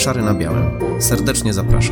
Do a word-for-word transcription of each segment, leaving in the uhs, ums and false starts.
Szary na białym. Serdecznie zapraszam.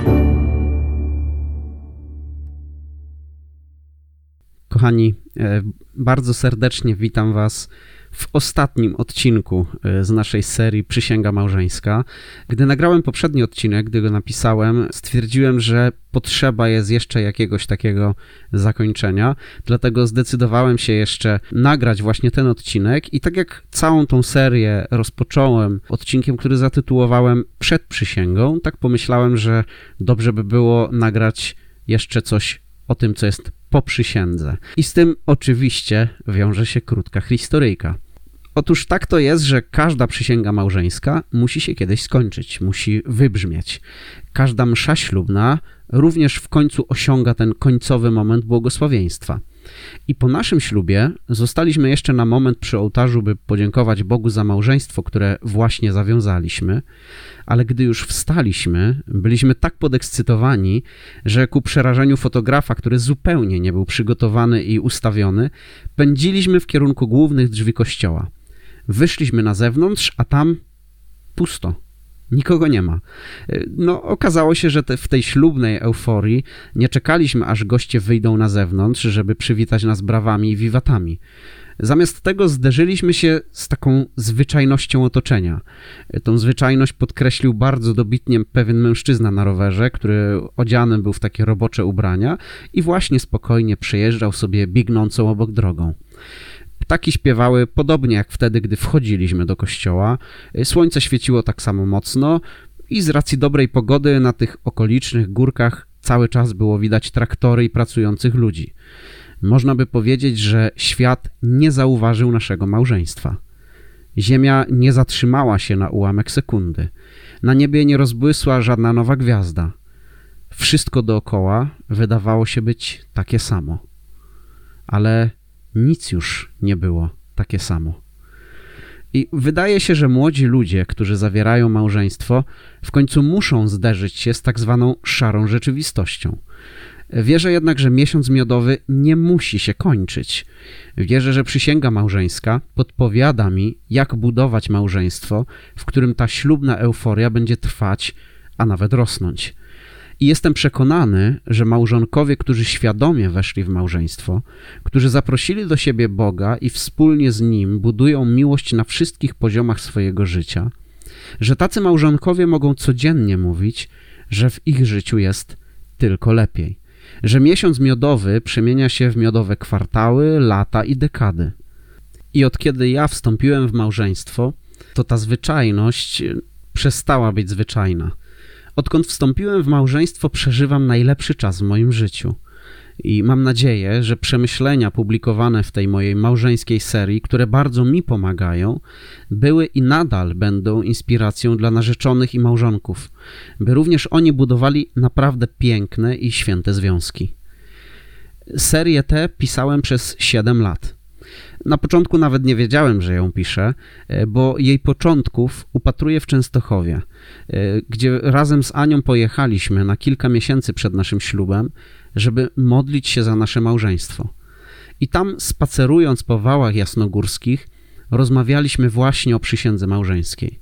Kochani, bardzo serdecznie witam Was w ostatnim odcinku z naszej serii Przysięga Małżeńska. Gdy nagrałem poprzedni odcinek, gdy go napisałem, stwierdziłem, że potrzeba jest jeszcze jakiegoś takiego zakończenia, dlatego zdecydowałem się jeszcze nagrać właśnie ten odcinek i tak jak całą tą serię rozpocząłem odcinkiem, który zatytułowałem Przed przysięgą, tak pomyślałem, że dobrze by było nagrać jeszcze coś o tym, co jest po przysiędze. I z tym oczywiście wiąże się krótka historyjka. Otóż tak to jest, że każda przysięga małżeńska musi się kiedyś skończyć, musi wybrzmieć. Każda msza ślubna również w końcu osiąga ten końcowy moment błogosławieństwa. I po naszym ślubie zostaliśmy jeszcze na moment przy ołtarzu, by podziękować Bogu za małżeństwo, które właśnie zawiązaliśmy, ale gdy już wstaliśmy, byliśmy tak podekscytowani, że ku przerażeniu fotografa, który zupełnie nie był przygotowany i ustawiony, pędziliśmy w kierunku głównych drzwi kościoła. Wyszliśmy na zewnątrz, a tam pusto. Nikogo nie ma. No, okazało się, że te, w tej ślubnej euforii nie czekaliśmy, aż goście wyjdą na zewnątrz, żeby przywitać nas brawami i wiwatami. Zamiast tego zderzyliśmy się z taką zwyczajnością otoczenia. Tą zwyczajność podkreślił bardzo dobitnie pewien mężczyzna na rowerze, który odziany był w takie robocze ubrania i właśnie spokojnie przejeżdżał sobie biegnącą obok drogą. Ptaki śpiewały podobnie jak wtedy, gdy wchodziliśmy do kościoła. Słońce świeciło tak samo mocno i z racji dobrej pogody na tych okolicznych górkach cały czas było widać traktory i pracujących ludzi. Można by powiedzieć, że świat nie zauważył naszego małżeństwa. Ziemia nie zatrzymała się na ułamek sekundy. Na niebie nie rozbłysła żadna nowa gwiazda. Wszystko dookoła wydawało się być takie samo. Ale nic już nie było takie samo. I wydaje się, że młodzi ludzie, którzy zawierają małżeństwo, w końcu muszą zderzyć się z tak zwaną szarą rzeczywistością. Wierzę jednak, że miesiąc miodowy nie musi się kończyć. Wierzę, że przysięga małżeńska podpowiada mi, jak budować małżeństwo, w którym ta ślubna euforia będzie trwać, a nawet rosnąć. I jestem przekonany, że małżonkowie, którzy świadomie weszli w małżeństwo, którzy zaprosili do siebie Boga i wspólnie z Nim budują miłość na wszystkich poziomach swojego życia, że tacy małżonkowie mogą codziennie mówić, że w ich życiu jest tylko lepiej, że miesiąc miodowy przemienia się w miodowe kwartały, lata i dekady. I od kiedy ja wstąpiłem w małżeństwo, to ta zwyczajność przestała być zwyczajna. Odkąd wstąpiłem w małżeństwo, przeżywam najlepszy czas w moim życiu. I mam nadzieję, że przemyślenia publikowane w tej mojej małżeńskiej serii, które bardzo mi pomagają, były i nadal będą inspiracją dla narzeczonych i małżonków, by również oni budowali naprawdę piękne i święte związki. Serię tę pisałem przez siedem lat. Na początku nawet nie wiedziałem, że ją piszę, bo jej początków upatruję w Częstochowie, gdzie razem z Anią pojechaliśmy na kilka miesięcy przed naszym ślubem, żeby modlić się za nasze małżeństwo. I tam, spacerując po wałach jasnogórskich, rozmawialiśmy właśnie o przysiędze małżeńskiej.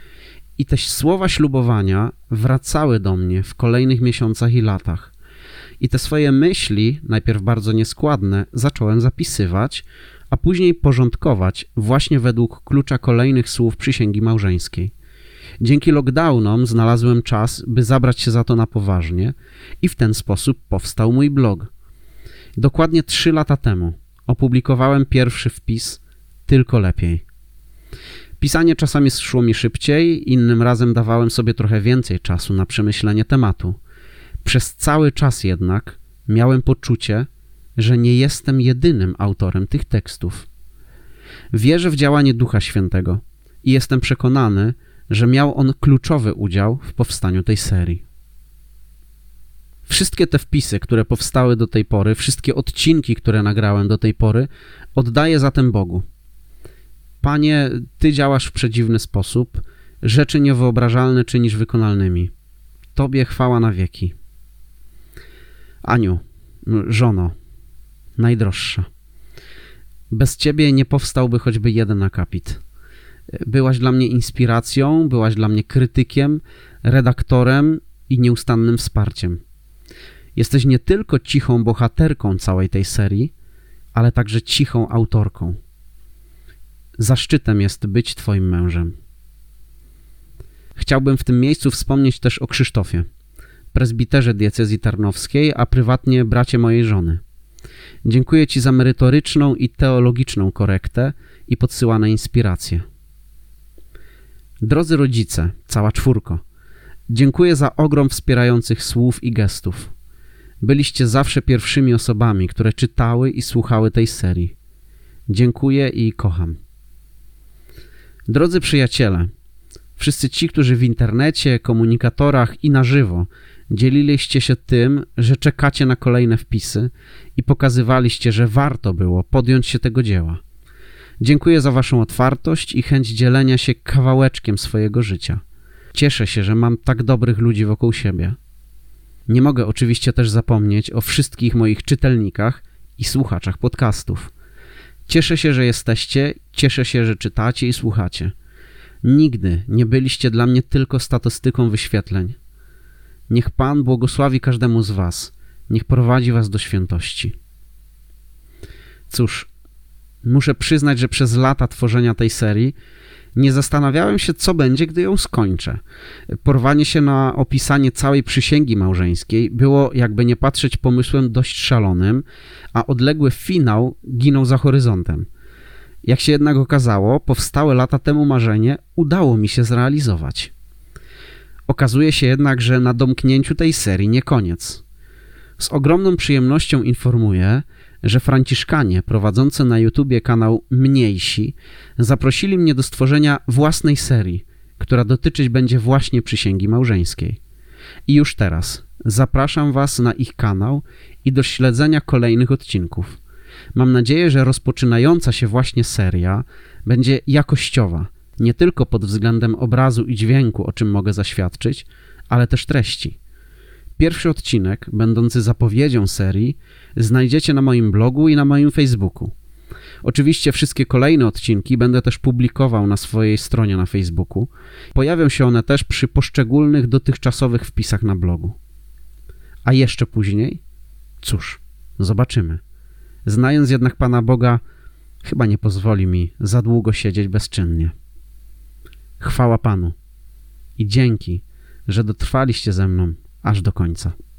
I te słowa ślubowania wracały do mnie w kolejnych miesiącach i latach. I te swoje myśli, najpierw bardzo nieskładne, zacząłem zapisywać, a później porządkować właśnie według klucza kolejnych słów przysięgi małżeńskiej. Dzięki lockdownom znalazłem czas, by zabrać się za to na poważnie i w ten sposób powstał mój blog. Dokładnie trzy lata temu opublikowałem pierwszy wpis Tylko lepiej. Pisanie czasami szło mi szybciej, innym razem dawałem sobie trochę więcej czasu na przemyślenie tematu. Przez cały czas jednak miałem poczucie, że nie jestem jedynym autorem tych tekstów. Wierzę w działanie Ducha Świętego i jestem przekonany, że miał on kluczowy udział w powstaniu tej serii. Wszystkie te wpisy, które powstały do tej pory, wszystkie odcinki, które nagrałem do tej pory, oddaję zatem Bogu. Panie, Ty działasz w przedziwny sposób, rzeczy niewyobrażalne czynisz wykonalnymi. Tobie chwała na wieki. Aniu, żono, najdroższa, bez Ciebie nie powstałby choćby jeden akapit. Byłaś dla mnie inspiracją, byłaś dla mnie krytykiem, redaktorem i nieustannym wsparciem. Jesteś nie tylko cichą bohaterką całej tej serii, ale także cichą autorką. Zaszczytem jest być twoim mężem. Chciałbym w tym miejscu wspomnieć też o Krzysztofie, prezbiterze diecezji tarnowskiej, a prywatnie bracie mojej żony. Dziękuję ci za merytoryczną i teologiczną korektę i podsyłane inspiracje. Drodzy rodzice, cała czwórko, dziękuję za ogrom wspierających słów i gestów. Byliście zawsze pierwszymi osobami, które czytały i słuchały tej serii. Dziękuję i kocham. Drodzy przyjaciele, wszyscy ci, którzy w internecie, komunikatorach i na żywo dzieliliście się tym, że czekacie na kolejne wpisy i pokazywaliście, że warto było podjąć się tego dzieła. Dziękuję za waszą otwartość i chęć dzielenia się kawałeczkiem swojego życia. Cieszę się, że mam tak dobrych ludzi wokół siebie. Nie mogę oczywiście też zapomnieć o wszystkich moich czytelnikach i słuchaczach podcastów. Cieszę się, że jesteście, cieszę się, że czytacie i słuchacie. Nigdy nie byliście dla mnie tylko statystyką wyświetleń. Niech Pan błogosławi każdemu z was. Niech prowadzi was do świętości. Cóż, muszę przyznać, że przez lata tworzenia tej serii nie zastanawiałem się, co będzie, gdy ją skończę. Porwanie się na opisanie całej przysięgi małżeńskiej było, jakby nie patrzeć, pomysłem dość szalonym, a odległy finał ginął za horyzontem. Jak się jednak okazało, powstałe lata temu marzenie udało mi się zrealizować. Okazuje się jednak, że na domknięciu tej serii nie koniec. Z ogromną przyjemnością informuję, że franciszkanie prowadzący na YouTubie kanał Mniejsi zaprosili mnie do stworzenia własnej serii, która dotyczyć będzie właśnie przysięgi małżeńskiej. I już teraz zapraszam was na ich kanał i do śledzenia kolejnych odcinków. Mam nadzieję, że rozpoczynająca się właśnie seria będzie jakościowa, nie tylko pod względem obrazu i dźwięku, o czym mogę zaświadczyć, ale też treści. Pierwszy odcinek, będący zapowiedzią serii, znajdziecie na moim blogu i na moim Facebooku. Oczywiście wszystkie kolejne odcinki będę też publikował na swojej stronie na Facebooku. Pojawią się one też przy poszczególnych dotychczasowych wpisach na blogu. A jeszcze później? Cóż, zobaczymy. Znając jednak Pana Boga, chyba nie pozwoli mi za długo siedzieć bezczynnie. Chwała Panu i dzięki, że dotrwaliście ze mną aż do końca.